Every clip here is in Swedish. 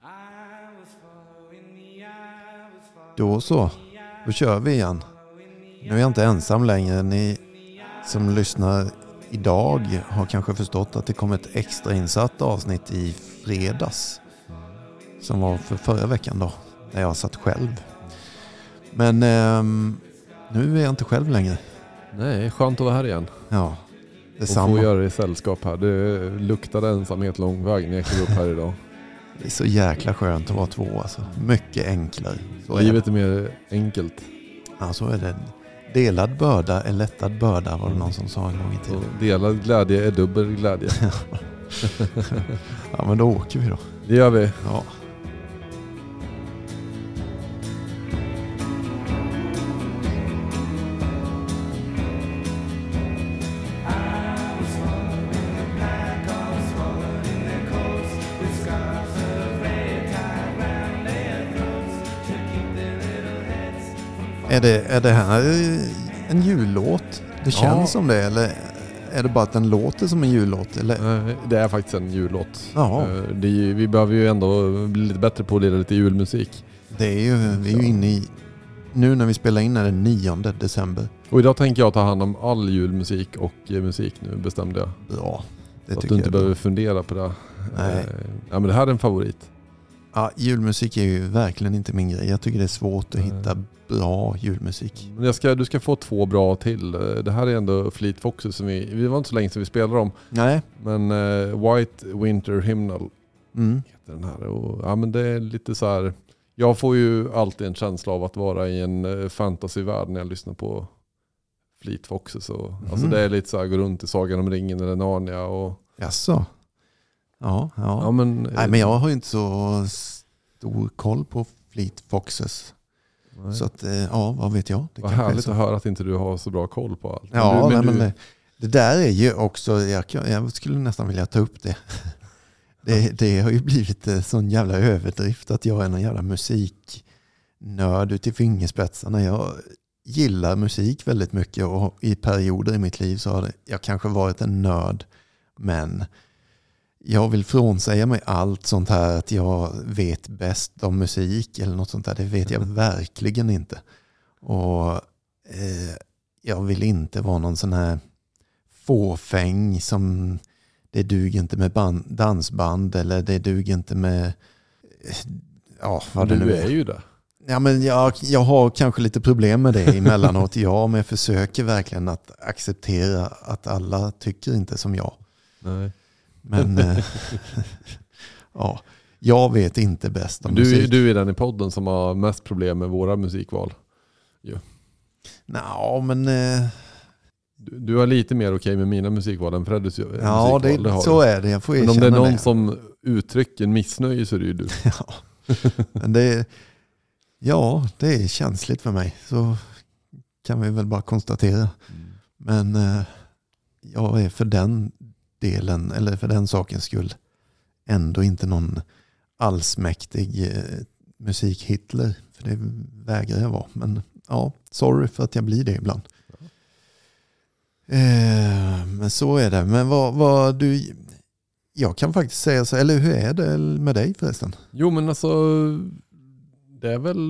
Då så. Då kör vi igen. Nu är jag inte ensam längre. Ni som lyssnar idag har kanske förstått att det kom ett extra insatt avsnitt i fredags. Som var för förra veckan då. När jag satt själv. Men nu är jag inte själv längre. Nej, skönt att vara här igen. Ja, detsamma. Och få göra det i sällskap här. Det luktade ensamhet lång väg när jag klev upp här idag. Det är så jäkla skönt att vara två alltså. Mycket enklare. Livet är mer enkelt. Ja, så är det. Delad börda är lättad börda, var det någon som sa en gång i tiden. Och delad glädje är dubbel glädje. Ja, men då åker vi då. Det gör vi. Ja. Är det här en jullåt? Det känns som det, eller är det bara att den låter som en jullåt? Eller? Det är faktiskt en jullåt. Vi behöver ju ändå bli lite bättre på att leda lite julmusik. Det är ju, vi är ju inne i, nu när vi spelar in är det 9 december. Och idag tänker jag ta hand om all julmusik och musik nu, bestämde jag. Ja, det så tycker att du inte jag behöver fundera på det. Nej. Ja, men det här är en favorit. Ja, julmusik är ju verkligen inte min grej. Jag tycker det är svårt att hitta bra julmusik. Du ska få 2 bra till. Det här är ändå Fleet Foxes som vi var inte så länge sedan vi spelade dem. Nej. Men White Winter Hymnal heter den här. Och, ja, men det är lite så här. Jag får ju alltid en känsla av att vara i en fantasyvärld när jag lyssnar på Fleet Foxes. Och, alltså det är lite så här, gå runt i Sagan om ringen eller Narnia. Och... Jaså? Ja. Ja, men, nej, men jag har ju inte så stor koll på Fleet Foxes. Nej. Så att, vad vet jag. Det vad härligt att höra att inte du har så bra koll på allt. Ja, men det där är ju också, jag skulle nästan vilja ta upp det. Det har ju blivit en sån jävla överdrift att jag är en jävla musiknörd ut i fingerspetsarna. Jag gillar musik väldigt mycket och i perioder i mitt liv så har jag kanske varit en nörd, men jag vill frånsäga mig allt sånt här att jag vet bäst om musik eller något sånt där. Det vet jag verkligen inte. Och jag vill inte vara någon sån här fåfäng som det duger inte med dansband eller det duger inte med vad det nu är. Du är ju det. Ja, men jag har kanske lite problem med det emellanåt. Men jag försöker verkligen att acceptera att alla tycker inte som jag. Nej. Men jag vet inte bäst om musik. Du är den i podden som har mest problem med våra musikval. Ja. Nej, men du har lite mer okej med mina musikval än Freddys musikval. Ja, så är det. Jag får men om det är någon som uttrycker en missnöje så är det ju du. Ja, men det är känsligt för mig. Så kan vi väl bara konstatera. Men jag är för den delen, eller för den sakens skull, ändå inte någon allsmäktig musikhitler. För det vägrar jag vara. Men sorry för att jag blir det ibland. Men så är det. Men vad du... Jag kan faktiskt säga så, eller hur är det med dig förresten? Jo, men alltså det är väl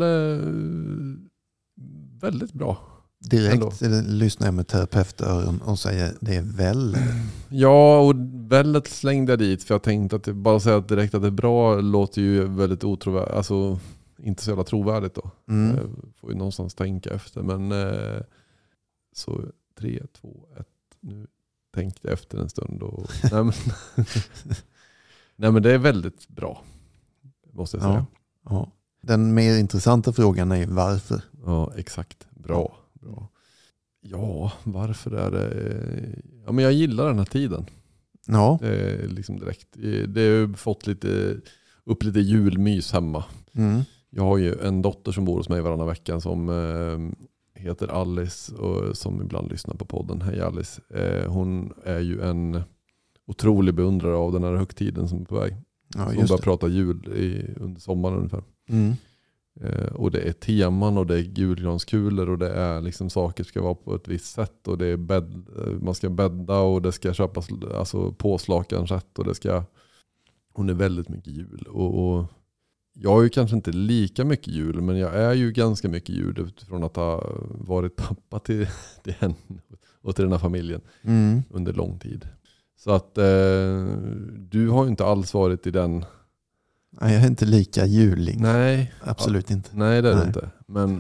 väldigt bra. Direkt lyssnar jag med terapeutöron och säger det är väl. Ja, och väldigt slängde jag dit för jag tänkte att bara säga att direkt att det är bra låter ju väldigt otrovärdigt, alltså inte så jävla trovärdigt då. Får ju någonstans tänka efter, men så 3, 2, 1 nu tänkte jag efter en stund och nej men det är väldigt bra, måste jag säga. Ja. Den mer intressanta frågan är varför. Ja, exakt. Bra. Ja, varför är det... Ja, men jag gillar den här tiden. Ja. Det är liksom direkt. Det har fått lite julmys hemma. Jag har ju en dotter som bor hos mig varannan vecka som heter Alice och som ibland lyssnar på podden. Hej Alice. Hon är ju en otrolig beundrare av den här högtiden som är på väg. Ja, hon börjar prata jul under sommaren ungefär. Och det är teman och det är julgranskulor och det är liksom saker ska vara på ett visst sätt och det är man ska bädda och det ska köpas alltså påslakan rätt och det ska, hon är väldigt mycket jul och jag har ju kanske inte lika mycket jul, men jag är ju ganska mycket jul utifrån att ha varit pappa till henne och till den här familjen under lång tid. Så att du har ju inte alls varit i den... Nej, jag är inte lika julig. Nej. Absolut inte. Nej, det är det inte.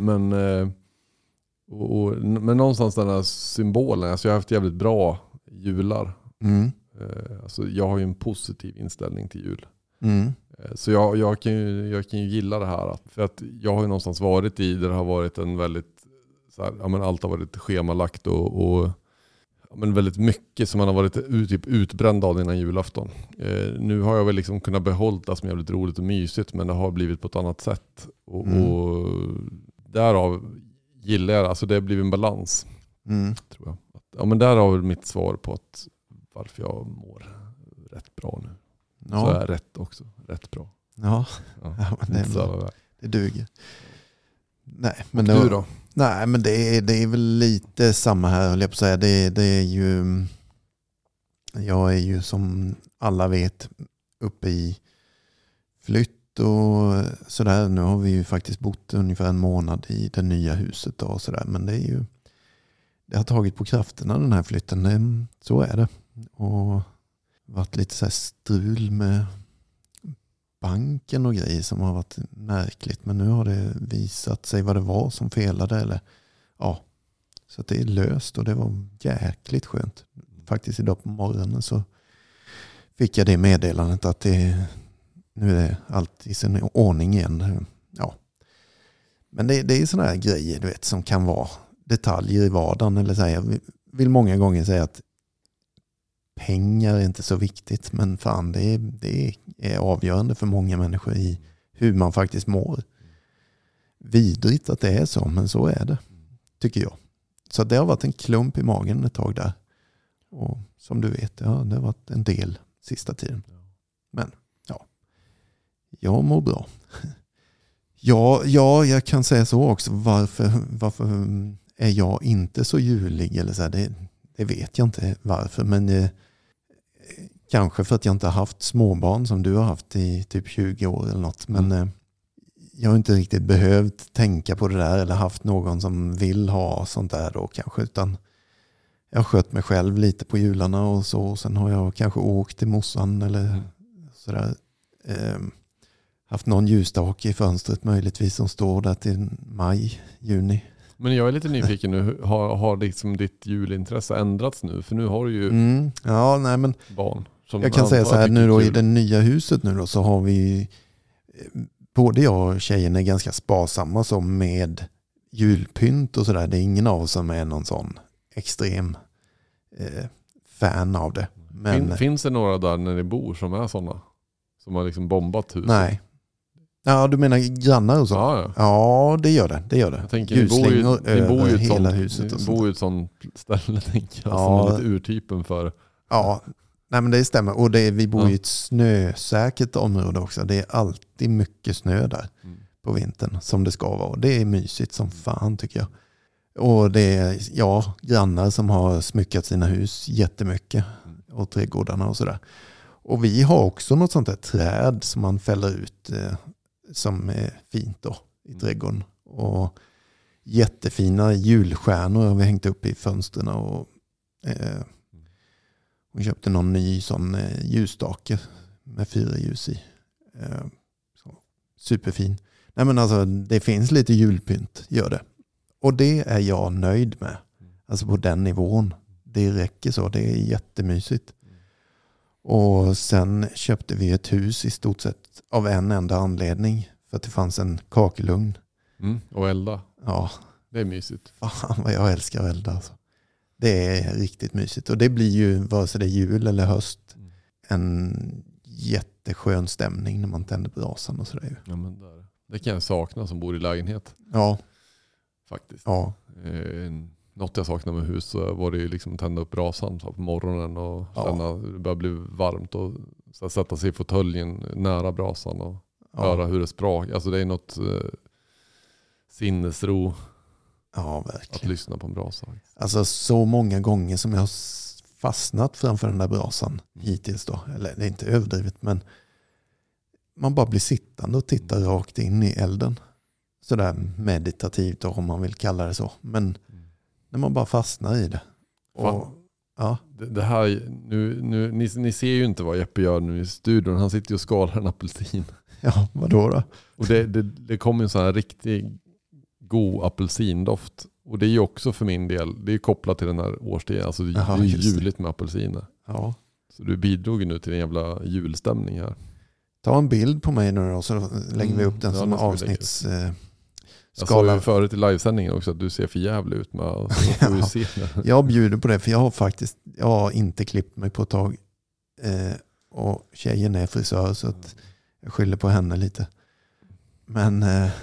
Men någonstans den här symbolen, alltså jag har haft jävligt bra jular. Alltså jag har ju en positiv inställning till jul. Så jag kan ju gilla det här. För att jag har ju någonstans varit i där det har varit en väldigt... Så här, ja, men allt har varit schemalagt och ja, men väldigt mycket som man har varit typ utbränd av innan julafton. Nu har jag väl liksom kunnat behålla det som jävligt roligt och mysigt, men det har blivit på ett annat sätt. Och därav gillar jag, alltså det har blivit en balans. Tror jag. Ja, men där har mitt svar på att varför jag mår rätt bra nu. Ja. Så är jag rätt också. Rätt bra. Ja, men det duger. Nej, men du då? Nej, men det är väl lite samma här, höll jag på att säga. Det är ju... Jag är ju som alla vet uppe i flytt och sådär. Nu har vi ju faktiskt bott ungefär en månad i det nya huset och sådär. Men det är ju... Det har tagit på krafterna den här flytten. Så är det. Och varit lite så här strul med banken och grejer som har varit märkligt. Men nu har det visat sig vad det var som felade. Eller, ja. Så att det är löst och det var jäkligt skönt. Faktiskt idag på morgonen så fick jag det meddelandet att nu är det allt i sin ordning igen. Ja. Men det är sådana här grejer du vet, som kan vara detaljer i vardagen. Eller så jag vill många gånger säga att pengar är inte så viktigt, men fan det är avgörande för många människor i hur man faktiskt mår. Vidrigt att det är så, men så är det, tycker jag. Så det har varit en klump i magen ett tag där. Och som du vet, det har varit en del sista tiden. Men ja, jag mår bra. Ja, jag kan säga så också. Varför är jag inte så julig? Eller så här, det vet jag inte varför, men kanske för att jag inte har haft småbarn som du har haft i typ 20 år eller något. Men jag har inte riktigt behövt tänka på det där eller haft någon som vill ha sånt där då kanske, utan jag har skött mig själv lite på jularna och så. Och sen har jag kanske åkt till morsan eller sådär. Haft någon ljusstake i fönstret möjligtvis som står där till maj, juni. Men jag är lite nyfiken nu. Har liksom ditt julintresse ändrats nu? För nu har du ju barn. Jag kan säga så här nu då, i det nya huset nu då, så har vi både jag och tjejen är ganska sparsamma som med julpynt och sådär. Det är ingen av oss som är någon sån extrem fan av det. Men, finns det några där när ni bor som är sådana? Som har liksom bombat huset? Nej. Ja, du menar grannar och så? Ja, det gör det. Jag tänker, ljusslingor över hela huset. Ni bor ju i ett sånt ställe, tänker jag, som är lite urtypen för... Ja, nej, men det stämmer. Och vi bor i ett snösäkert område också. Det är alltid mycket snö där på vintern, som det ska vara. Det är mysigt som fan, tycker jag. Och det är grannar som har smyckat sina hus jättemycket. Och trädgårdarna och sådär. Och vi har också något sånt där träd som man fäller ut som är fint då i trädgården. Och jättefina julstjärnor har vi hängt upp i fönstren. Och hon köpte någon ny sån ljusstake med 4 ljus i. Superfin. Nej, men alltså, det finns lite julpynt, gör det. Och det är jag nöjd med. Alltså på den nivån. Det räcker så, det är jättemysigt. Och sen köpte vi ett hus i stort sett av en enda anledning. För att det fanns en kakelugn. Och elda. Ja. Det är mysigt. Fan vad jag älskar att elda. Alltså. Det är riktigt mysigt. Och det blir ju, vare sig det är jul eller höst, en jätteskön stämning när man tänder brasan och sådär. Ja, men det kan jag sakna som bor i lägenhet. Ja. Faktiskt. Ja. Något jag saknar med hus så var det ju liksom tända upp brasan på morgonen och känna det börjar bli varmt och så sätta sig i fåtöljen nära brasan och höra hur det sprak. Alltså det är något sinnesro verkligen. Att lyssna på en brasa. Alltså så många gånger som jag har fastnat framför den där brasan hittills då. Eller det är inte överdrivet, men man bara blir sittande och tittar rakt in i elden. Sådär meditativt då, om man vill kalla det så. Men när man bara fastnar i det. Och, ja. Det här, ni ser ju inte vad Jeppe gör nu i studion. Han sitter ju och skalar en apelsin. Ja, vadå då? Och det kommer en sån här riktigt god apelsindoft. Och det är ju också för min del, det är kopplat till den här årstiden. Alltså det är juligt med apelsiner. Ja. Så du bidrog ju nu till en jävla julstämning här. Ta en bild på mig nu då, så lägger vi upp den som avsnitts... Jag sa ju förut i livesändningen också att du ser för jävligt ut med. Jag bjuder på det, för jag har inte klippt mig på ett tag. Och tjejen är frisör, så att jag skyller på henne lite. Men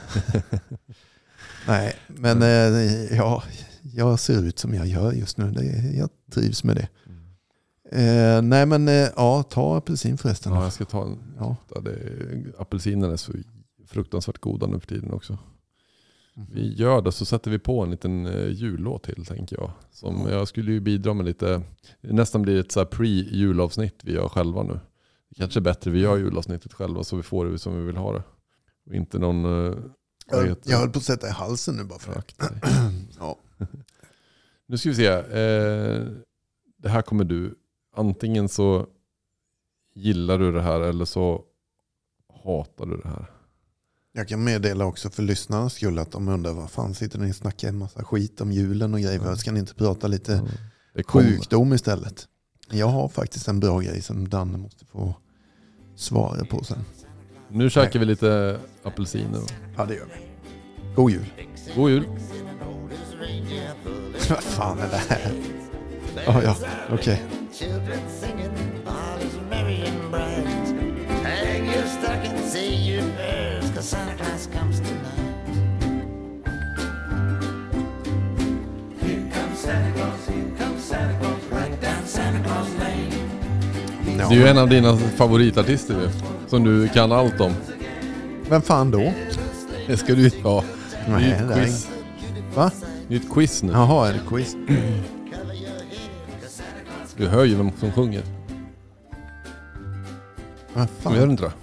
nej, men jag ser ut som jag gör just nu. Jag trivs med det. Nej, men ta apelsin förresten. Ja, jag ska ta en. Ja. Apelsinen är så fruktansvärt goda nu för tiden också. Vi gör det, så sätter vi på en liten jullåt till, tänker jag. Som jag skulle ju bidra med lite, nästan blir ett så här pre-julavsnitt vi gör själva nu. Det kanske är bättre vi gör julavsnittet själva, så vi får det som vi vill ha det. Och inte någon... jag höll på att sätta i halsen nu bara för att... Ja. Nu ska vi se. Det här kommer du... Antingen så gillar du det här eller så hatar du det här. Jag kan meddela också för lyssnarnas skull att de undrar vad fan sitter ni och snackar en massa skit om julen och grejer. Ska ni inte prata lite sjukdom istället? Jag har faktiskt en bra grej som Danne måste få svara på sen. Nu käkar vi lite apelsiner. Ja, det gör vi. God jul. God jul. Vad fan är det här? Ja, okej. Children singing, all is merry and bright. Hang your stocking, say your prayers, 'cause Santa Claus comes tonight. Here comes Santa Claus, right down Santa Claus Lane. Det är ju en av dina favoritartister som du kan allt om. Vem fan då? Det ska du ta. Nej, det är quiz. Va? Nytt quiz nu. Jaha, är det quiz? Du hör ju vem som sjunger. Vad fan? Gör du inte det?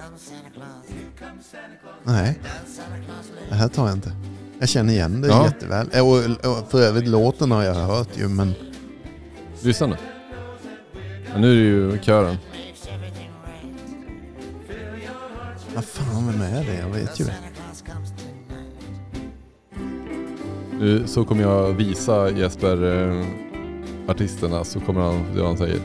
Nej, det här tar jag inte. Jag känner igen det jätteväl. Och för övrigt låten har jag hört ju, men... Lyssna nu. Ja, nu är det ju kören. Vad fan, vem är det? Jag vet ju. Nu så kommer jag visa Jesper artisterna, så kommer han det han säger.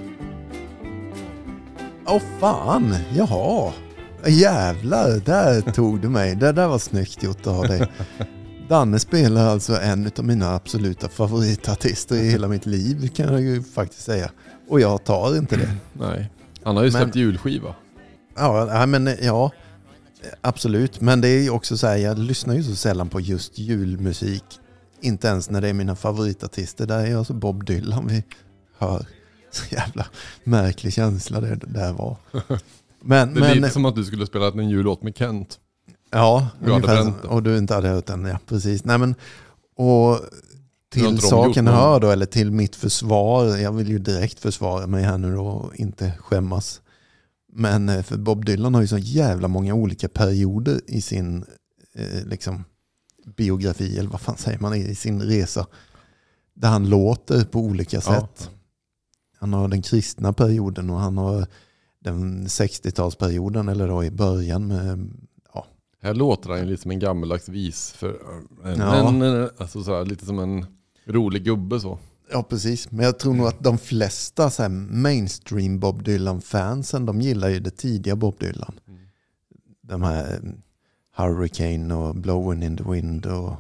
Åh fan, jaha. Jävlar, där tog du mig. Det där var snyggt gjort att ha dig. Danne spelar alltså en av mina absoluta favoritartister i hela mitt liv, kan jag ju faktiskt säga. Och jag tar inte det. Nej, han har ju släppt julskiva. Ja, absolut. Men det är ju också så här, jag lyssnar ju så sällan på just julmusik. Inte ens när det är mina favoritartister. Där är alltså Bob Dylan vi hör. Så jävla märklig känsla det där var. Men, det är lite som att du skulle spela en jullåt med Kent. Ja, och du inte hade hört den. Ja, precis. Nej, men, och till saken hör då, eller till mitt försvar. Jag vill ju direkt försvara mig här nu och inte skämmas. Men för Bob Dylan har ju så jävla många olika perioder i sin liksom biografi, eller vad fan säger man, i sin resa. Där han låter på olika sätt. Han har den kristna perioden och han har den 60-talsperioden, eller då i början med... Här låter han ju lite som en gammeldags vis. Alltså så här, lite som en rolig gubbe så. Ja, precis. Men jag tror nog att de flesta så här mainstream Bob Dylan-fansen, de gillar ju det tidiga Bob Dylan. De här Hurricane och Blowing in the Wind och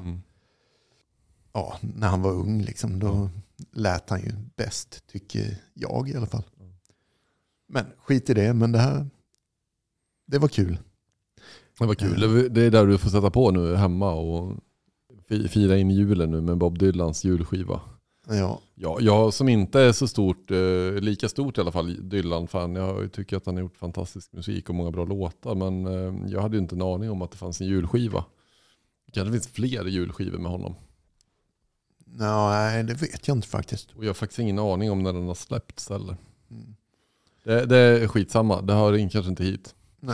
när han var ung liksom, då lät han ju bäst, tycker jag i alla fall. Men skit i det, men det var kul. Det var kul. Det är där du får sätta på nu hemma och fira in julen nu med Bob Dylans julskiva. Ja, jag som inte är så stort, lika stort i alla fall Dylan-fan. Jag tycker att han har gjort fantastisk musik och många bra låtar. Men jag hade ju inte en aning om att det fanns en julskiva. Det kanske finns fler julskivor med honom. Nej, det vet jag inte faktiskt. Och jag har faktiskt ingen aning om när den har släppts eller. Det är skitsamma. Det har kanske inte hit. Nej.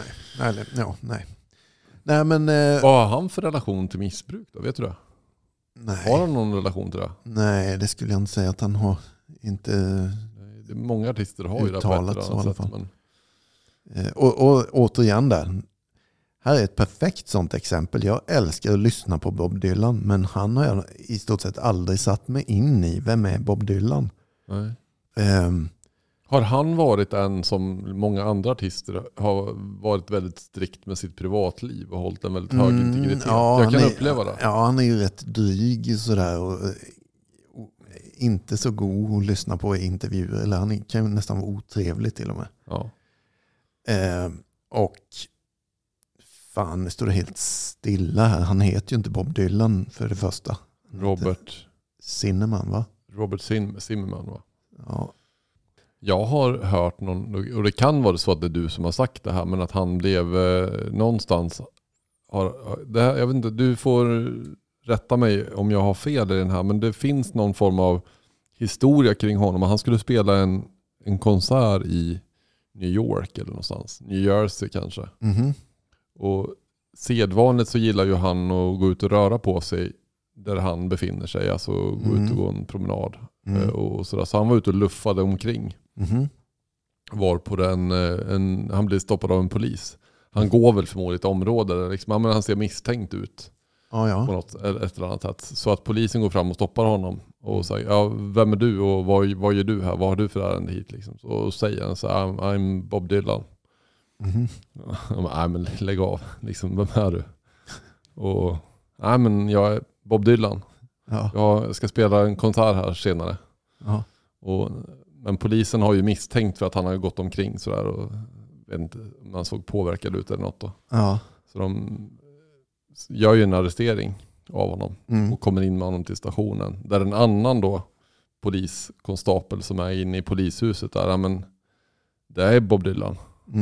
Nej, men... Vad har han för relation till missbruk då? Vet du det? Nej. Har han någon relation till det? Nej, det skulle jag inte säga att han har. Inte Det är många artister har ju det på uttalat ett så, eller i alla annat fall. sätt. Men... Och återigen där. Här är ett perfekt sånt exempel. Jag älskar att lyssna på Bob Dylan, men han har jag i stort sett aldrig satt mig in i. Vem är Bob Dylan? Nej. Ehm, Har han varit en som många andra artister har varit väldigt strikt med sitt privatliv och hållit en väldigt hög integritet? ja, jag kan han uppleva det. Ja, han är ju rätt dryg sådär och inte så god att lyssna på i intervjuer. Eller han kan ju nästan vara otrevlig till och med. Ja. Och fan, det står det helt stilla här. Han heter ju inte Bob Dylan för det första. Robert Zimmerman, va? Zimmerman, va? Ja. Jag har hört någon, och det kan vara så att det är du som har sagt det här, men att han blev någonstans jag vet inte, du får rätta mig om jag har fel i den här, men det finns någon form av historia kring honom. Han skulle spela en konsert i New York eller någonstans, New Jersey kanske. Mhm. Och sedvanligt så gillar ju han att gå ut och röra på sig där han befinner sig, alltså gå ut och gå en promenad och sådär. Så han var ute och luffade omkring. Mhm. Var på han blev stoppad av en polis. Han går väl förmodligen ett område där liksom, men han ser misstänkt ut Ja. på ett eller annat sätt. Så att polisen går fram och stoppar honom och säger, ja, vem är du och vad gör du här? Vad har du för ärende hit? Liksom. Så säger han så I'm Bob Dylan. Mhm. Nej, men lägg av. Liksom, vem är du? Och nej, men jag är Bob Dylan. Ja. Jag ska spela en konsert här senare. Ja. Men polisen har ju misstänkt för att han har gått omkring sådär och vet inte om han såg påverkad ut eller något då. Ja. Så de gör ju en arrestering av honom och kommer in med honom till stationen. Där en annan då poliskonstapel som är inne i polishuset där, men det är Bob Dylan.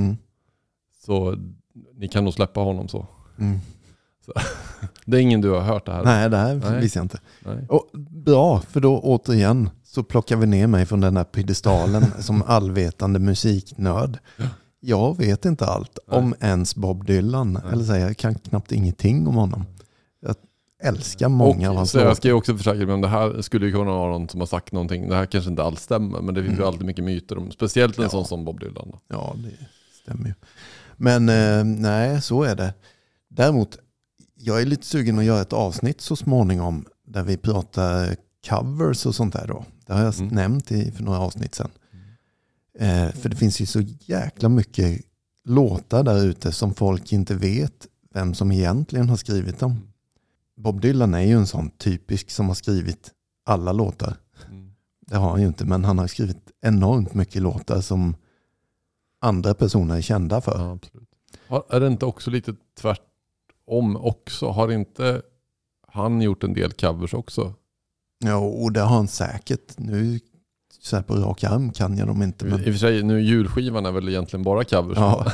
Så ni kan nog släppa honom så. Så det är ingen du har hört det här? Nej, det här visste jag inte. Nej. Och bra, för då återigen så plockar vi ner mig från den här pedestalen som allvetande musiknörd. Jag vet inte allt om ens Bob Dylan. Eller säga, jag kan knappt ingenting om honom. Jag älskar många av hans låtar. Jag ska ju också försäkra mig om det här skulle ju kunna vara någon som har sagt någonting. Det här kanske inte alls stämmer, men det finns ju alltid mycket myter om. Speciellt en sån som Bob Dylan. Då. Ja, det stämmer ju. Men nej, så är det. Däremot, jag är lite sugen att göra ett avsnitt så småningom där vi pratar covers och sånt där då. Det har jag nämnt för några avsnitt sedan. För det finns ju så jäkla mycket låtar där ute som folk inte vet vem som egentligen har skrivit dem. Bob Dylan är ju en sån typisk som har skrivit alla låtar. Det har han ju inte, men han har skrivit enormt mycket låtar som andra personer är kända för. Ja, absolut. Är det inte också lite tvärtom också? Har inte han gjort en del covers också? Ja, och det har han säkert. Nu så här på rak arm kan jag dem inte. Men... I och för sig, nu julskivan är väl egentligen bara covers. Ja.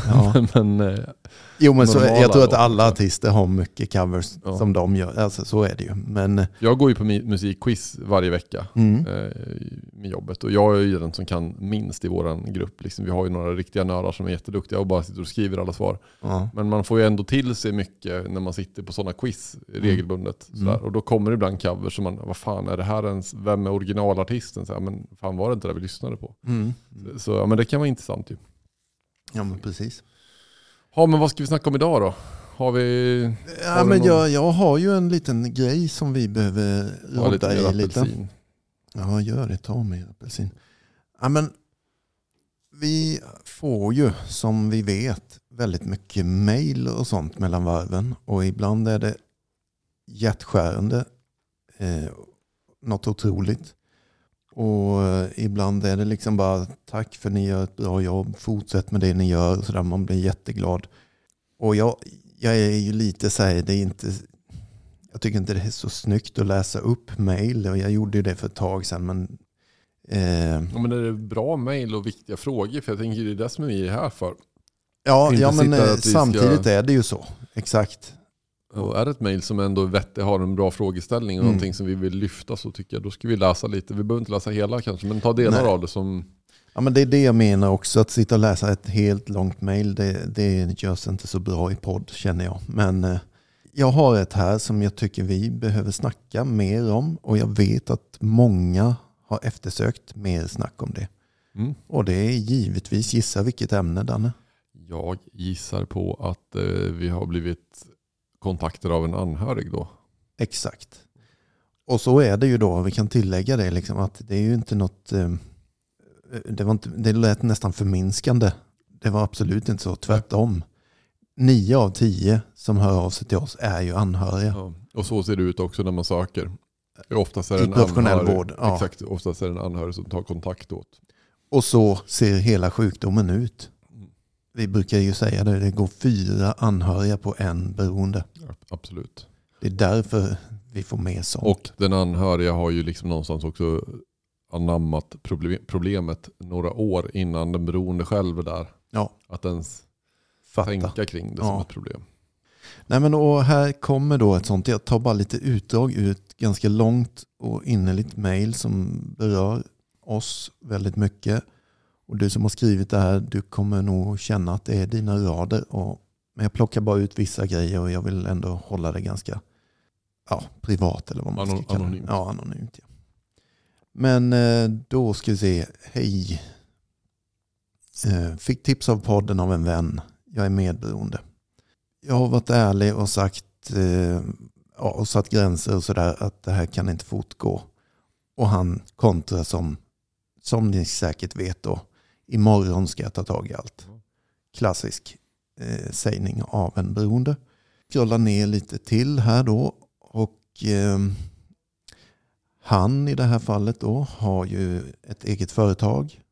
Jo, men så, jag tror att alla artister har mycket covers som de gör. Alltså, så är det ju. Men... Jag går ju på musikquiz varje vecka med jobbet. Och jag är ju den som kan minst i våran grupp. Liksom, vi har ju några riktiga nördar som är jätteduktiga och bara sitter och skriver alla svar. Men man får ju ändå till sig mycket när man sitter på sådana quiz regelbundet. Och då kommer det ibland covers som man, vad fan är det här ens? Vem är originalartisten? Så här, men fan var det inte det vi lyssnade på? Så ja, men det kan vara intressant ju. Ja, men precis. Ja, men vad ska vi snacka om idag då? Har vi... Ja, men jag har ju en liten grej som vi behöver rodda i lite. Ja, gör det. Ta med apelsin. Ja, men vi får ju, som vi vet, väldigt mycket mejl och sånt mellan varven. Och ibland är det hjärtskärande. Något otroligt. Och ibland är det liksom bara tack för ni gör ett bra jobb. Fortsätt med det ni gör. Så där man blir jätteglad. Och jag är ju lite så här, det är inte... Jag tycker inte det är så snyggt att läsa upp mejl. Och jag gjorde ju det för ett tag sedan. Men, ja, men är det bra mejl och viktiga frågor? För jag tänker det är det som vi är här för. Ja men samtidigt är det ju så. Exakt. Och är det ett mejl som ändå har en bra frågeställning och någonting som vi vill lyfta, så tycker jag då ska vi läsa lite. Vi behöver inte läsa hela kanske, men ta delar av det som Ja, men det är det jag menar också, att sitta och läsa ett helt långt mejl, det görs inte så bra i podd känner jag. Men jag har ett här som jag tycker vi behöver snacka mer om, och jag vet att många har eftersökt mer snack om det. Och det är givetvis, gissa vilket ämne, Danne? Jag gissar på att vi har blivit kontaktade av en anhörig då. Exakt. Och så är det ju då, vi kan tillägga det liksom, att det är ju inte något, det lät nästan förminskande. Det var absolut inte så, tvärtom. 9 av 10 som hör av sig till oss är ju anhöriga. Ja. Och så ser det ut också när man söker. Oftast är det I professionell vård. Ja. Exakt, oftast är det en anhörig som tar kontakt åt. Och så ser hela sjukdomen ut. Vi brukar ju säga det går 4 anhöriga på en beroende. Ja, absolut. Det är därför vi får med sånt. Och den anhöriga har ju liksom någonstans också anammat problemet några år innan den beroende själv är där. Ja. Att ens Fatta. tänka kring det som ett problem. Nej, men och här kommer då ett sånt, jag tar bara lite utdrag ur ett ganska långt och innerligt mejl som berör oss väldigt mycket. Och du som har skrivit det här, du kommer nog känna att det är dina rader. Men jag plockar bara ut vissa grejer och jag vill ändå hålla det ganska privat eller vad man ska kalla det. Ja, anonymt. Ja. Men då ska vi se. Hej. Fick tips av podden av en vän. Jag är medberoende. Jag har varit ärlig och sagt och satt gränser och sådär, att det här kan inte fortgå. Och han kontrar som ni säkert vet då. Imorgon ska jag ta tag i allt. Klassisk sägning av en beroende. Scrollar ner lite till här då. Och han i det här fallet då har ju ett eget företag.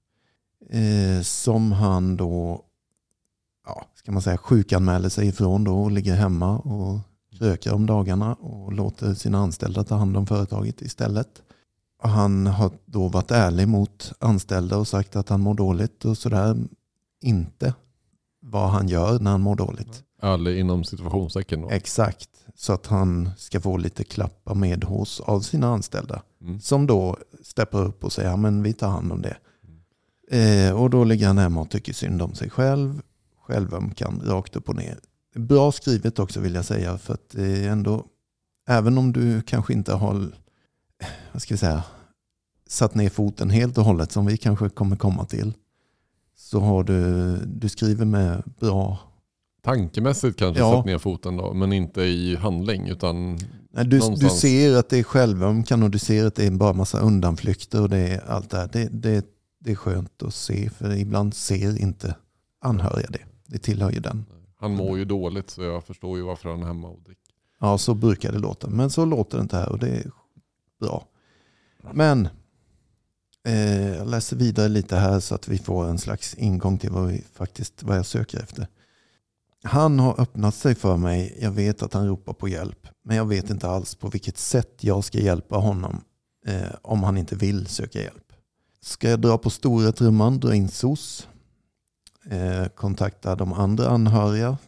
Som han då, ska man säga, sjukanmäler sig ifrån då och ligger hemma och röker om dagarna och låter sina anställda ta hand om företaget istället. Och han har då varit ärlig mot anställda och sagt att han mår dåligt och sådär. Inte vad han gör när han mår dåligt. Ärlig inom situationstecken då. Exakt. Så att han ska få lite klappa med hos av sina anställda. Som då steppar upp och säger, men vi tar hand om det. Och då ligger han hemma och tycker synd om sig själv. Självömkan rakt upp och ner. Bra skrivet också vill jag säga. För att det är ändå, även om du kanske inte har, vad ska vi säga, satt ner foten helt och hållet som vi kanske kommer komma till. Så har du skriver med bra. Tankemässigt kanske satt ner foten då, men inte i handling utan nej, du ser att det är självömkan och du ser att det är bara massa undanflykter och det är allt det här. Det är skönt att se, för ibland ser inte anhöriga det. Det tillhör ju den. Han mår ju dåligt, så jag förstår ju varför han är hemma och dricker. Ja, så brukar det låta. Men så låter det inte här och det är bra. Men jag läser vidare lite här så att vi får en slags ingång till vad jag söker efter. Han har öppnat sig för mig. Jag vet att han ropar på hjälp. Men jag vet inte alls på vilket sätt jag ska hjälpa honom om han inte vill söka hjälp. Ska jag dra på stora trumman, dra in SOS, kontakta de andra anhöriga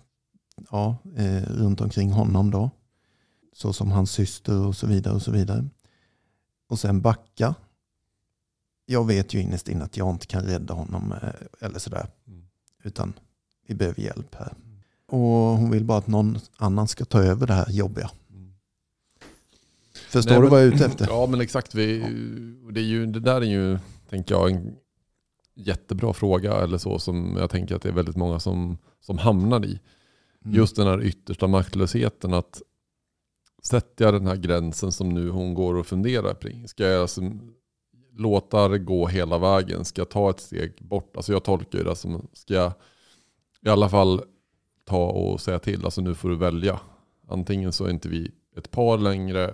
runt omkring honom då. Så som hans syster och så vidare och så vidare. Och sen backa. Jag vet ju innerst inne att jag inte kan rädda honom eller sådär. Utan vi behöver hjälp här. Och hon vill bara att någon annan ska ta över det här jobbiga. Förstår du vad jag är ute efter? Ja, men exakt. Det där är ju, tänker jag, en jättebra fråga eller så, som jag tänker att det är väldigt många som hamnar i. Just den här yttersta maktlösheten, att sätter jag den här gränsen som nu hon går och funderar kring. Ska jag låta det gå hela vägen? Ska jag ta ett steg bort? Alltså jag tolkar det som, ska jag i alla fall ta och säga till, alltså nu får du välja. Antingen så är inte vi ett par längre,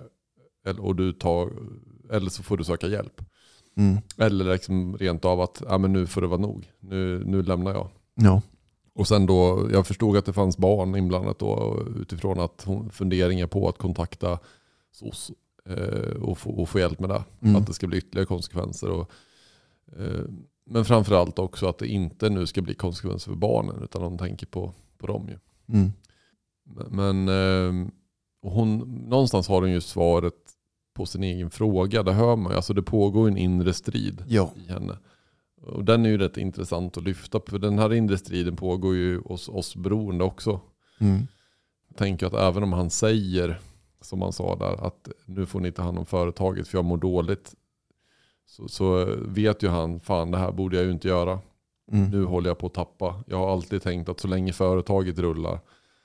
eller så får du söka hjälp. Eller liksom rent av att men nu får det vara nog. Nu lämnar jag. Ja. Och sen då, jag förstod att det fanns barn inblandat då, utifrån att hon funderingar på att kontakta SOS och få hjälp med det. Att det ska bli ytterligare konsekvenser. Men framförallt också att det inte nu ska bli konsekvenser för barnen, utan de tänker på dem ju. Men och hon, någonstans har hon ju svaret på sin egen fråga. Det hör man ju. Alltså det pågår en inre strid i henne. Och den är ju rätt intressant att lyfta. För den här inre striden pågår ju hos oss beroende också. Jag tänker att även om han säger, som han sa där, att nu får ni ta hand om företaget för jag mår dåligt. Så vet ju han, fan det här borde jag ju inte göra. Nu håller jag på att tappa. Jag har alltid tänkt att så länge företaget rullar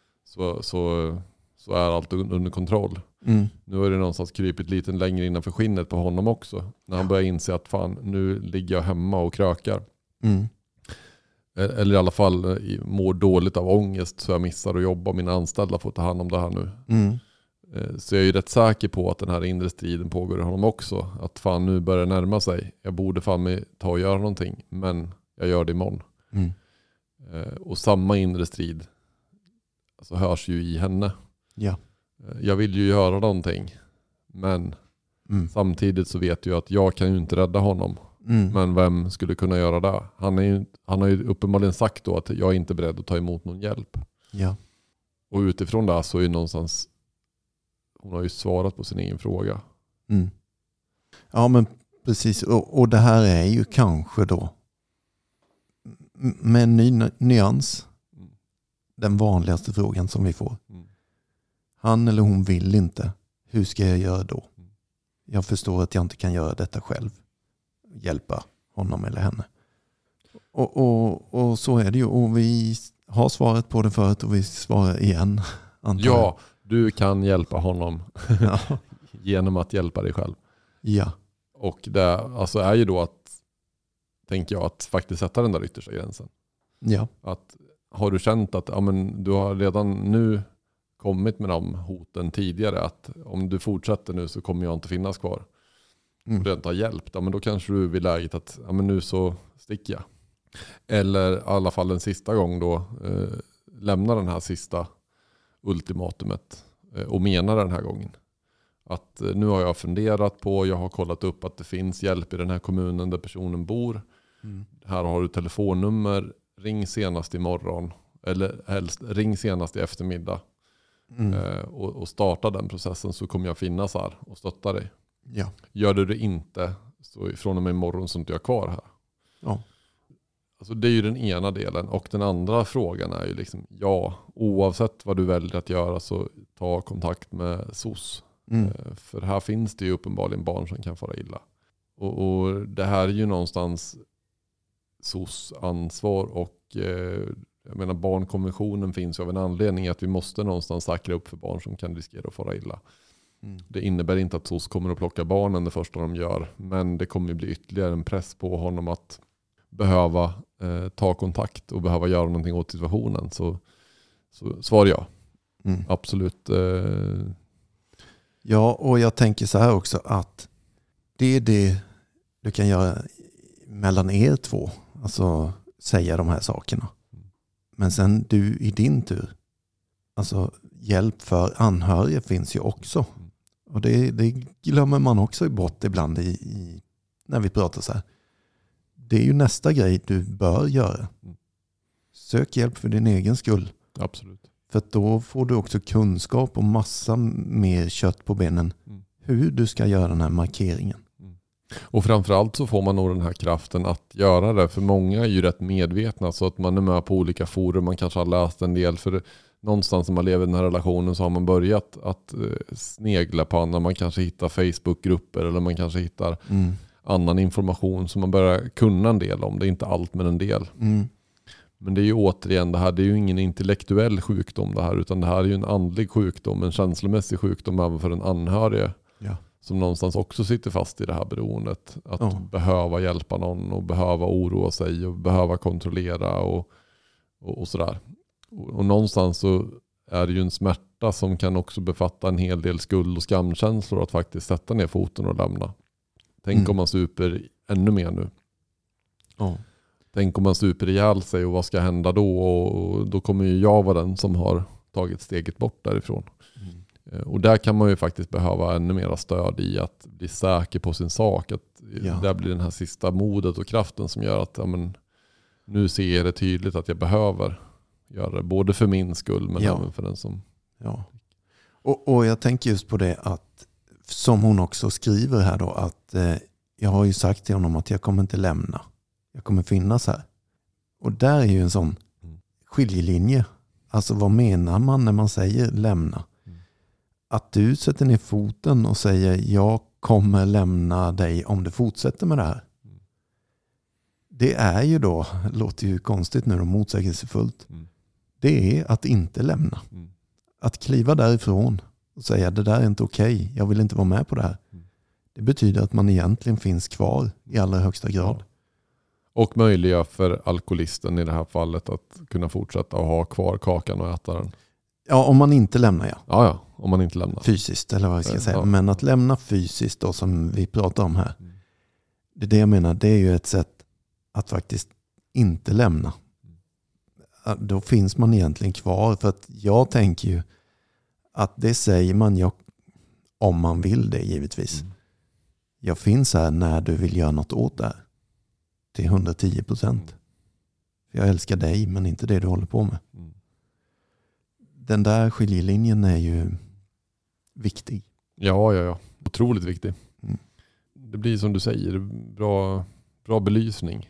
så är allt under kontroll. Nu har det någonstans krypit lite längre innanför skinnet på honom också. När han börjar inse att fan, nu ligger jag hemma och krökar. Eller i alla fall mår dåligt av ångest så jag missar att jobba. Mina anställda får ta hand om det här nu. Så jag är ju rätt säker på att den här inre striden pågår i honom också. Att fan, nu börjar det närma sig. Jag borde fan ta och göra någonting. Men jag gör det imorgon. Och samma inre strid alltså hörs ju i henne. Ja. Jag vill ju göra någonting. Men samtidigt så vet jag att jag kan ju inte rädda honom. Men vem skulle kunna göra det? Han har ju uppenbarligen sagt då att jag är inte beredd att ta emot någon hjälp. Ja. Och utifrån det så är ju någonstans, hon har ju svarat på sin egen fråga. Ja, men precis. Och det här är ju kanske då med en ny nyans den vanligaste frågan som vi får. Han eller hon vill inte. Hur ska jag göra då? Jag förstår att jag inte kan göra detta själv. Hjälpa honom eller henne. Och så är det ju. Och vi har svaret på det förut och vi svarar igen. Ja, du kan hjälpa honom genom att hjälpa dig själv. Ja. Och det alltså är ju då att, tänker jag, att faktiskt sätta den där yttersta gränsen. Ja. Att har du känt att du har redan nu kommit med de hoten tidigare, att om du fortsätter nu så kommer jag inte finnas kvar. Och det inte har hjälpt, men då kanske du vill läget att nu så sticker jag. Eller i alla fall en sista gång då lämna den här sista ultimatumet och mena den här gången. Att nu har jag funderat på, jag har kollat upp att det finns hjälp i den här kommunen där personen bor. Här har du telefonnummer, ring senast imorgon eller helst ring senast i eftermiddag. Och starta den processen så kommer jag finnas här och stötta dig. Ja. Gör du det inte så från och med imorgon så är inte jag kvar här. Ja. Alltså det är ju den ena delen. Och den andra frågan är ju liksom, oavsett vad du väljer att göra så ta kontakt med SOS. För här finns det ju uppenbarligen barn som kan fara illa. Och det här är ju någonstans SOS ansvar och jag menar barnkonventionen finns ju av en anledning att vi måste någonstans säkra upp för barn som kan riskera att fara illa. Det innebär inte att SOS kommer att plocka barnen det första de gör, men det kommer bli ytterligare en press på honom att behöva ta kontakt och behöva göra någonting åt situationen. Så svar ja. Absolut. Ja, och jag tänker så här också att det är det du kan göra mellan er två. Alltså säga de här sakerna. Men sen du i din tur. Alltså hjälp för anhöriga finns ju också. Och det glömmer man också bort ibland när vi pratar så här. Det är ju nästa grej du bör göra. Sök hjälp för din egen skull. Absolut. För att då får du också kunskap och massa mer kött på benen. Hur du ska göra den här markeringen. Och framförallt så får man nog den här kraften att göra det. För många är ju rätt medvetna så att man är med på olika forum. Man kanske har läst en del. För någonstans när man lever i den här relationen så har man börjat att snegla på andra. Man kanske hittar Facebookgrupper eller man kanske hittar annan information som man börjar kunna en del om. Det är inte allt men en del. Men det är ju återigen det här, det är ju ingen intellektuell sjukdom det här, utan det här är ju en andlig sjukdom, en känslomässig sjukdom även för en anhörig. Ja. Som någonstans också sitter fast i det här beroendet. Att behöva hjälpa någon och behöva oroa sig och behöva kontrollera och sådär. Och någonstans så är det ju en smärta som kan också befatta en hel del skuld och skamkänslor att faktiskt sätta ner foten och lämna. Tänk om man super ännu mer nu. Tänk om man super ihjäl sig och vad ska hända då? Och då kommer ju jag vara den som har tagit steget bort därifrån. Och där kan man ju faktiskt behöva ännu mer stöd i att bli säker på sin sak. Att där blir den här sista modet och kraften som gör att nu ser jag det tydligt att jag behöver göra det. Både för min skull men även för den som... Ja. Och jag tänker just på det att som hon också skriver här då att jag har ju sagt till honom att jag kommer inte lämna. Jag kommer finnas här. Och där är ju en sån skiljelinje. Alltså vad menar man när man säger lämna? Att du sätter ner foten och säger jag kommer lämna dig om du fortsätter med det här. Det är ju då, låter ju konstigt nu och motsägelsefullt. Det är att inte lämna. Att kliva därifrån och säga det där är inte okej, jag vill inte vara med på det här. Det betyder att man egentligen finns kvar i allra högsta grad. Ja. Och möjliggör för alkoholisten i det här fallet att kunna fortsätta och ha kvar kakan och äta den. Ja, om man inte lämnar Ja, om man inte lämnar. fysiskt eller vad jag ska säga. Ja. Men att lämna fysiskt då, som vi pratar om här. Det är det jag menar, det är ju ett sätt att faktiskt inte lämna. Då finns man egentligen kvar. För att jag tänker ju att det säger man om man vill det givetvis. Jag finns här när du vill göra något åt det här. Till 110%. För jag älskar dig men inte det du håller på med. Den där skiljelinjen är ju viktig. Ja. Otroligt viktig. Det blir som du säger, bra belysning.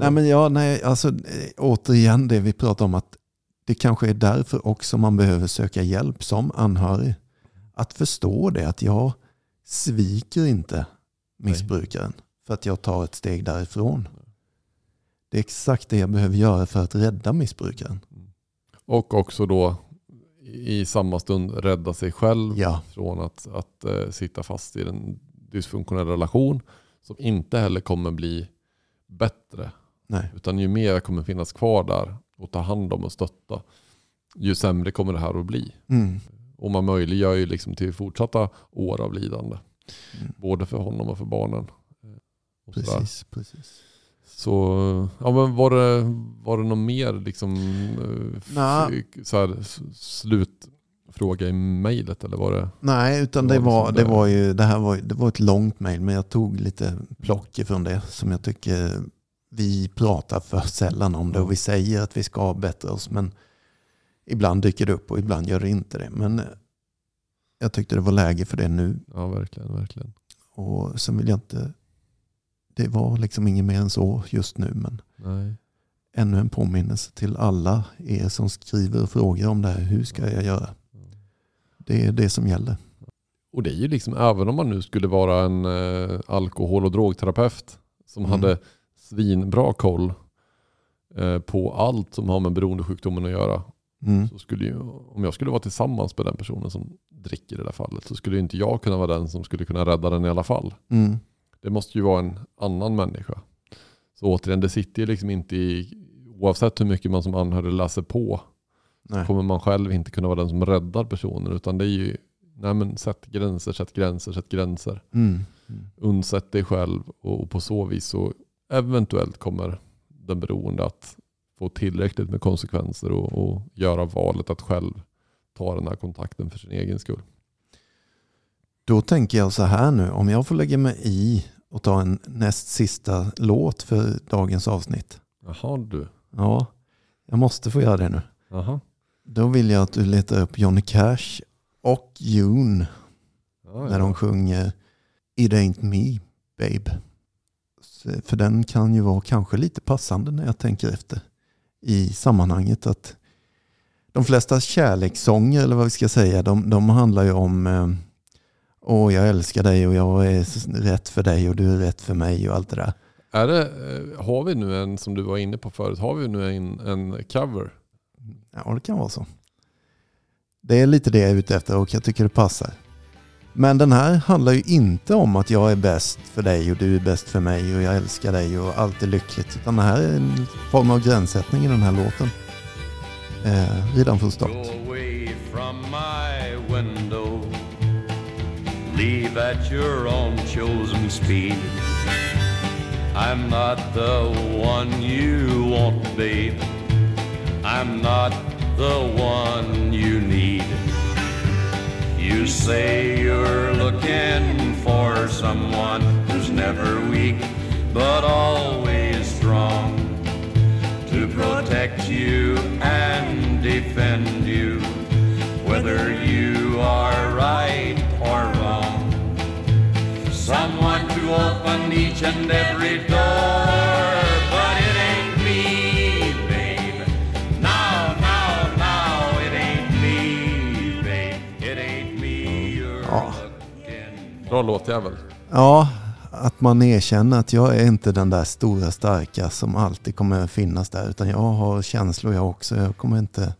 Återigen det vi pratar om, att det kanske är därför också man behöver söka hjälp som anhörig. Att förstå det, att jag sviker inte missbrukaren för att jag tar ett steg därifrån. Det är exakt det jag behöver göra för att rädda missbrukaren. Och också då i samma stund rädda sig själv från att sitta fast i en dysfunktionell relation som inte heller kommer bli bättre. Nej. Utan ju mer jag kommer finnas kvar där och ta hand om och stötta, ju sämre kommer det här att bli. Och man möjliggör ju liksom till fortsatta år av lidande. Både för honom och för barnen. Och precis. Så men var det någon mer liksom så här, slutfråga i mejlet eller var det? Nej, utan det var ett långt mejl, men jag tog lite plock ifrån det som jag tycker vi pratar för sällan om det, och vi säger att vi ska bättra oss, men ibland dyker det upp och ibland gör det inte det. Men jag tyckte det var läge för det nu. Ja, verkligen. Och sen vill jag inte, det var liksom inget mer än så just nu, men ännu en påminnelse till alla er som skriver och frågar om det här. Hur ska jag göra? Det är det som gäller. Och det är ju liksom, även om man nu skulle vara en alkohol- och drogterapeut som hade svinbra koll på allt som har med beroendesjukdomen att göra. Så skulle ju, om jag skulle vara tillsammans med den personen som dricker i det där fallet, så skulle inte jag kunna vara den som skulle kunna rädda den i alla fall. Det måste ju vara en annan människa. Så återigen, det sitter ju liksom inte oavsett hur mycket man som anhörig läser på, kommer man själv inte kunna vara den som räddar personen, utan det är ju sätt gränser. Undsätt dig själv, och på så vis så eventuellt kommer den beroende att få tillräckligt med konsekvenser och göra valet att själv ta den här kontakten för sin egen skull. Då tänker jag så här nu, om jag får lägga mig i och ta en näst sista låt för dagens avsnitt. Jaha du. Ja, jag måste få göra det nu. Aha. Då vill jag att du letar upp Johnny Cash och June när de sjunger It Ain't Me, Babe. För den kan ju vara kanske lite passande när jag tänker efter i sammanhanget, att de flesta kärlekssånger, eller vad vi ska säga, de handlar ju om jag älskar dig och jag är rätt för dig och du är rätt för mig och allt det där. Har vi nu en, som du var inne på förut, har vi nu en cover? Ja, det kan vara så. Det är lite det jag är ute efter och jag tycker det passar. Men den här handlar ju inte om att jag är bäst för dig och du är bäst för mig och jag älskar dig och allt är lyckligt. Utan det här är en form av gränssättning i den här låten. Redan från start. Go away from my window. Leave at your own chosen speed. I'm not the one you want, babe. I'm not the one you need. You say you're looking for someone who's never weak, but always strong, to protect you and defend you, whether you are right or wrong. Someone to open each and every door, but Ja. Bra låtjävel. Ja, att man erkänner att jag är inte den där stora starka som alltid kommer finnas där, utan jag har känslor jag också. Jag kommer inte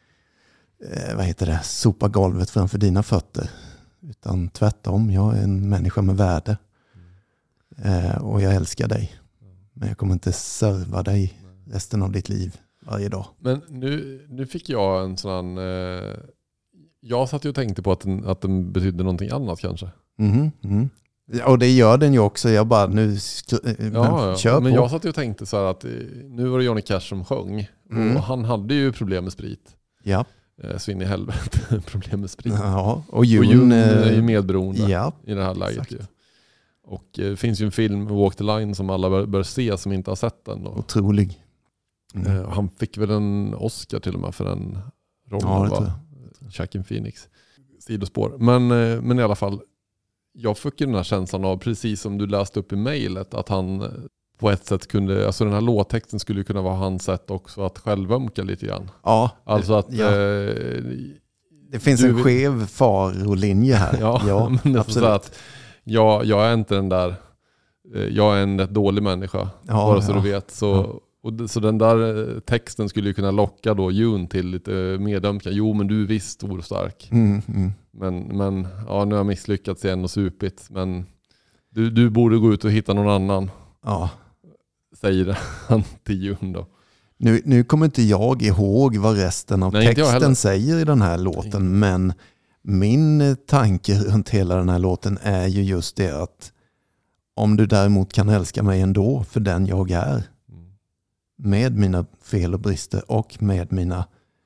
sopa golvet framför dina fötter, utan tvärtom, jag är en människa med värde. Och jag älskar dig. Men jag kommer inte serva dig resten av ditt liv varje dag. Men nu fick jag en sån jag satt ju och tänkte på att den betydde någonting annat kanske. Mm. Ja, och det gör den ju också. Jag bara, kör på. Men jag satt ju och tänkte så här att nu var det Johnny Cash som sjöng. Och han hade ju problem med sprit. Ja. Så in i helvete problem med sprit. Ja, och och Jun är ju medberoende ja, i det här läget. exakt. Ju. Och det finns ju en film, Walk the Line, som alla bör se som inte har sett den. Och, otrolig. han fick väl en Oscar till och med för den rollen. Ja, det tror jag. Joaquin Phoenix. Sidospår. Men i alla fall, jag fick ju den här känslan av, precis som du läste upp i mejlet, att han på ett sätt kunde, alltså den här låttexten skulle kunna vara hans sätt också att självömka lite grann. Ja, Alltså att det finns en skev farolinje här. ja, men det är absolut. så att jag är inte den där, jag är en rätt dålig människa, bara så du vet. Så den där texten skulle ju kunna locka då Jun till lite medömkan. Jo, men du är visst stor och stark. Men ja, nu har jag misslyckats igen och supit. Men du borde gå ut och hitta någon annan. Ja. Säger han till Jun då. Nu kommer inte jag ihåg vad resten av texten säger i den här låten. Men min tanke runt hela den här låten är ju just det att om du däremot kan älska mig ändå för den jag är, med mina fel och brister och med mina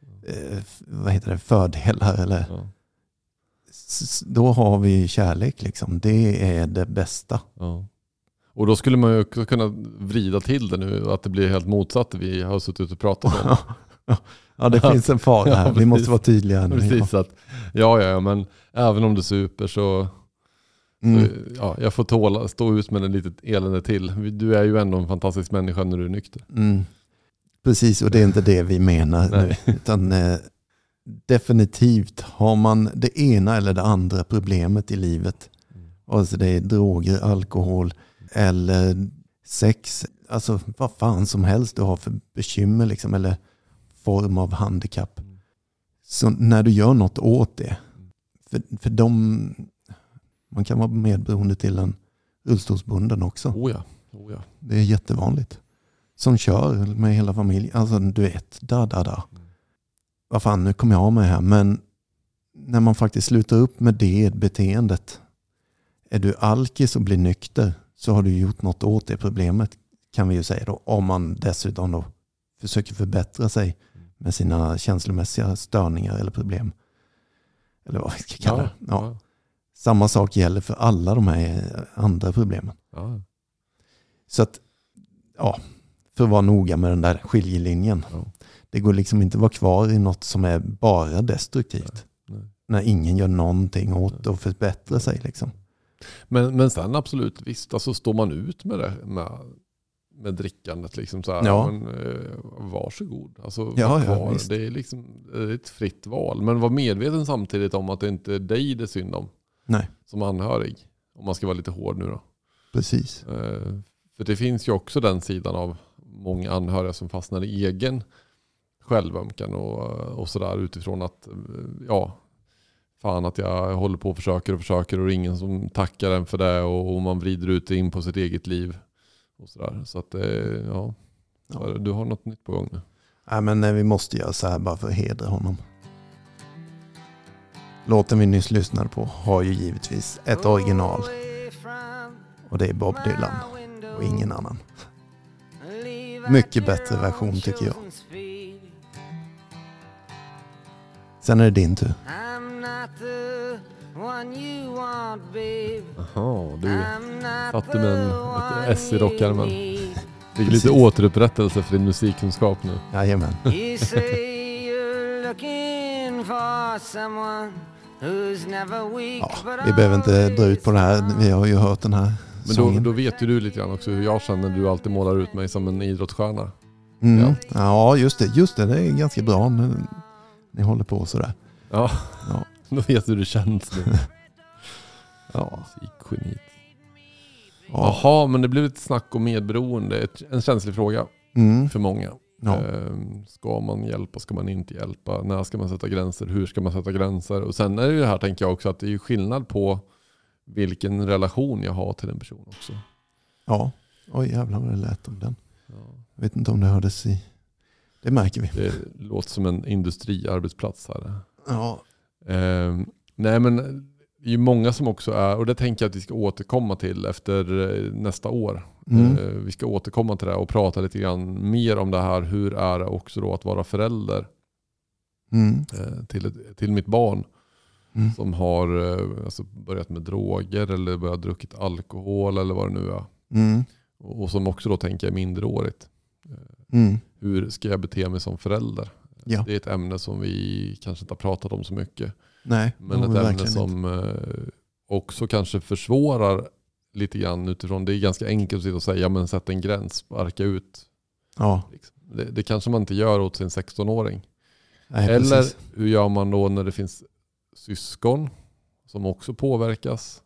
fördelar eller då har vi kärlek liksom. Det är det bästa. Ja. Och då skulle man ju också kunna vrida till det nu, att det blir helt motsatt det vi har suttit och pratat om. Ja, det finns en fara här. Vi måste vara tydliga nu. Precis, att men även om du super så jag får stå ut med en litet elände till. Du är ju ändå en fantastisk människa när du är nykter. Precis, och det är inte det vi menar nu. Utan definitivt har man det ena eller det andra problemet i livet. Alltså det är droger, alkohol eller sex. Alltså vad fan som helst du har för bekymmer liksom, eller form av handikapp. Så när du gör något åt det. För man kan vara medberoende till en rullstolsbunden också. Oh ja. Det är jättevanligt. Som kör med hela familjen. Alltså du vet, vad fan, nu kommer jag av mig här. Men när man faktiskt slutar upp med det beteendet. Är du alkis och blir nykter så har du gjort något åt det problemet, kan vi ju säga då. Om man dessutom då försöker förbättra sig med sina känslomässiga störningar eller problem. Eller vad vi ska kalla det. Ja. Samma sak gäller för alla de här andra problemen. Ja. Så att, för att vara noga med den där skiljelinjen. Ja. Det går liksom inte att vara kvar i något som är bara destruktivt. Nej. När ingen gör någonting åt att förbättra sig liksom. Men sen absolut, visst, alltså står man ut med det med drickandet liksom så här, men, varsågod. Alltså, det är liksom ett fritt val. Men var medveten samtidigt om att det inte är dig det är synd om. Nej. Som anhörig. Om man ska vara lite hård nu då. Precis. För det finns ju också den sidan av många anhöriga som fastnar i egen självömkan och sådär utifrån att fan att jag håller på och försöker och det är ingen som tackar en för det och man vrider ut in på sitt eget liv och sådär. Så att du har något nytt på gång nu. Nej, men vi måste göra så här bara för att hedra honom. Låten vi nyss lyssnade på har ju givetvis ett original. Och det är Bob Dylan och ingen annan. Mycket bättre version tycker jag. Sen är det din tur. Jaha, du satt du med ett S i rockärmen. Det är lite återupprättelse för din musikkunskap nu. Jajamän. Vi behöver inte dra ut på det här. Vi har ju hört den här sången. Men då vet ju du lite grann också hur jag känner när du alltid målar ut mig som en idrottsstjärna. Ja, just det. Det är ganska bra när ni håller på sådär. Ja. Då vet du hur det känns nu. Ja. Musikgeniet. Ja. Jaha, men det blev ett snack om medberoende. En känslig fråga för många. Ja. Ska man hjälpa, ska man inte hjälpa? När ska man sätta gränser? Hur ska man sätta gränser? Och sen är det ju här, tänker jag också, att det är ju skillnad på vilken relation jag har till en person också. Ja. Oj, jävlar vad det lät om den. Ja. Jag vet inte om det hördes i... Det märker vi. Det låter som en industriarbetsplats här. Ja. Nej, men det är ju många som också är, och det tänker jag att vi ska återkomma till efter nästa år. Vi ska återkomma till det och prata lite grann mer om det här. Hur är det också då att vara förälder till mitt barn som har börjat med droger eller börjat druckit alkohol eller vad det nu är. Och som också då tänker jag minderårigt. Hur ska jag bete mig som förälder? Ja. Det är ett ämne som vi kanske inte har pratat om så mycket. Nej, men ett ämne som också kanske försvårar lite grann utifrån. Det är ganska enkelt att säga, men sätt en gräns, sparka ut. Ja. Det kanske man inte gör åt sin 16-åring. Nej, eller precis. hur gör man då när det finns syskon som också påverkas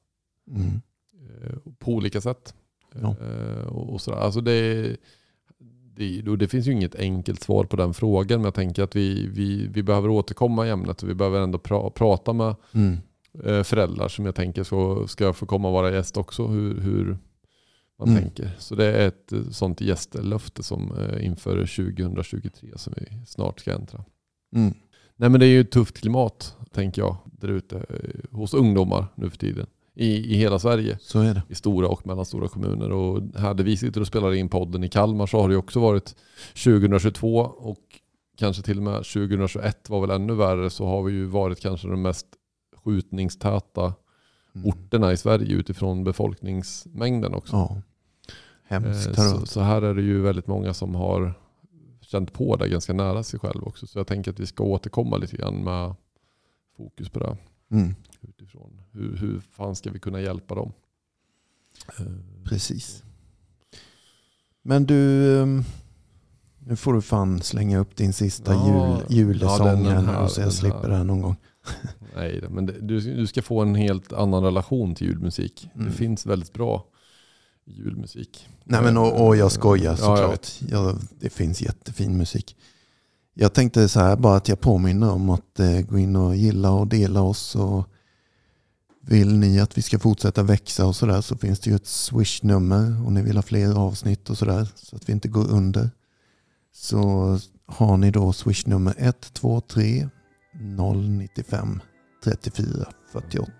på olika sätt. Ja. Och sådär. Alltså det finns ju inget enkelt svar på den frågan, men jag tänker att vi behöver återkomma i ämnet och vi behöver ändå prata med föräldrar som jag tänker ska få komma och vara gäst också, hur man tänker. Så det är ett sånt gästlöfte som inför 2023 som vi snart ska äntra. Nej, men det är ju ett tufft klimat, tänker jag, där ute hos ungdomar nu för tiden. I hela Sverige. Så är det. I stora och mellanstora kommuner. Och här där vi sitter och spelar in podden i Kalmar så har det också varit 2022 och kanske till och med 2021 var väl ännu värre, så har vi ju varit kanske de mest skjutningstäta orterna i Sverige utifrån befolkningsmängden också. Ja. Hemskt. Så här är det ju väldigt många som har känt på det ganska nära sig själv också. Så jag tänker att vi ska återkomma lite grann med fokus på det. Utifrån hur fan ska vi kunna hjälpa dem? Precis. Men du, nu får du fan slänga upp din sista julesång här så jag slipper det här någon gång. Nej, men du ska få en helt annan relation till julmusik. Det finns väldigt bra julmusik. Nej, men och jag skojar såklart. Det finns jättefin musik. Jag tänkte så här bara att jag påminner om att gå in och gilla och dela oss, och vill ni att vi ska fortsätta växa och sådär så finns det ju ett Swish-nummer om ni vill ha fler avsnitt och sådär så att vi inte går under. Så har ni då Swish-nummer 123 095 34 48.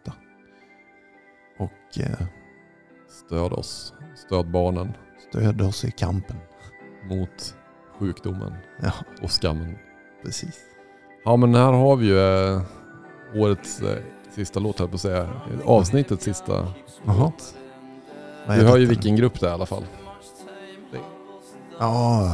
Och stöd oss. Stöd barnen. Stöd oss i kampen. Mot sjukdomen. Ja. Och skammen. Precis. Ja, men här har vi ju årets sista låt här på att säga. Avsnittets sista låt. Du hör ju vilken grupp det är i alla fall. Ja.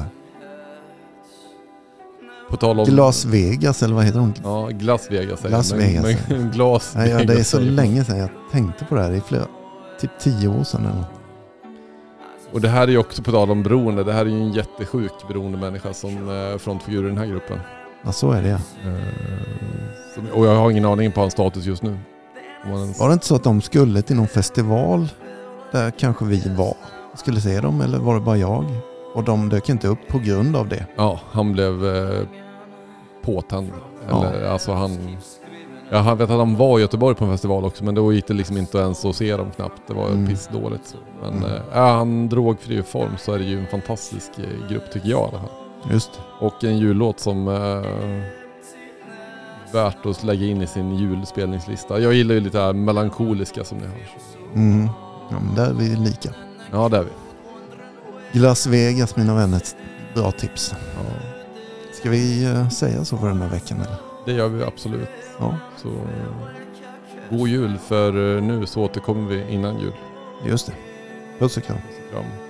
På tal om Las Vegas, eller vad heter de? Ja, Glass Vegas. Las Vegas. Men Glas ja, det är så länge sedan jag tänkte på det här. Det är flera, typ 10 år sedan eller något. Och det här är ju också på tal om beroende. Det här är ju en jättesjuk beroende människa som frontfigur i den här gruppen. Ja, så är det, ja. Och jag har ingen aning på hans status just nu. Var det inte så att de skulle till någon festival där kanske vi skulle se dem, eller var det bara jag? Och de dök inte upp på grund av det. Ja, han blev påtänd. Eller, alltså han vet att han var i Göteborg på en festival också, men då gick det liksom inte ens att se dem knappt. Det var pissdåligt. Så. Men är han drogfri form så är det ju en fantastisk grupp, tycker jag. Det här. Just. Och en jullåt som värt att lägga in i sin julspelningslista. Jag gillar ju lite här melankoliska som ni hör. Ja, men där är vi lika. Ja, där är vi. Las Vegas, mina vänner, bra tips. Ja. Ska vi säga så för den här veckan, eller? Det gör vi absolut. Ja. Så god jul, för nu så återkommer vi innan jul. Just det. Puss och kram. Puss och kram.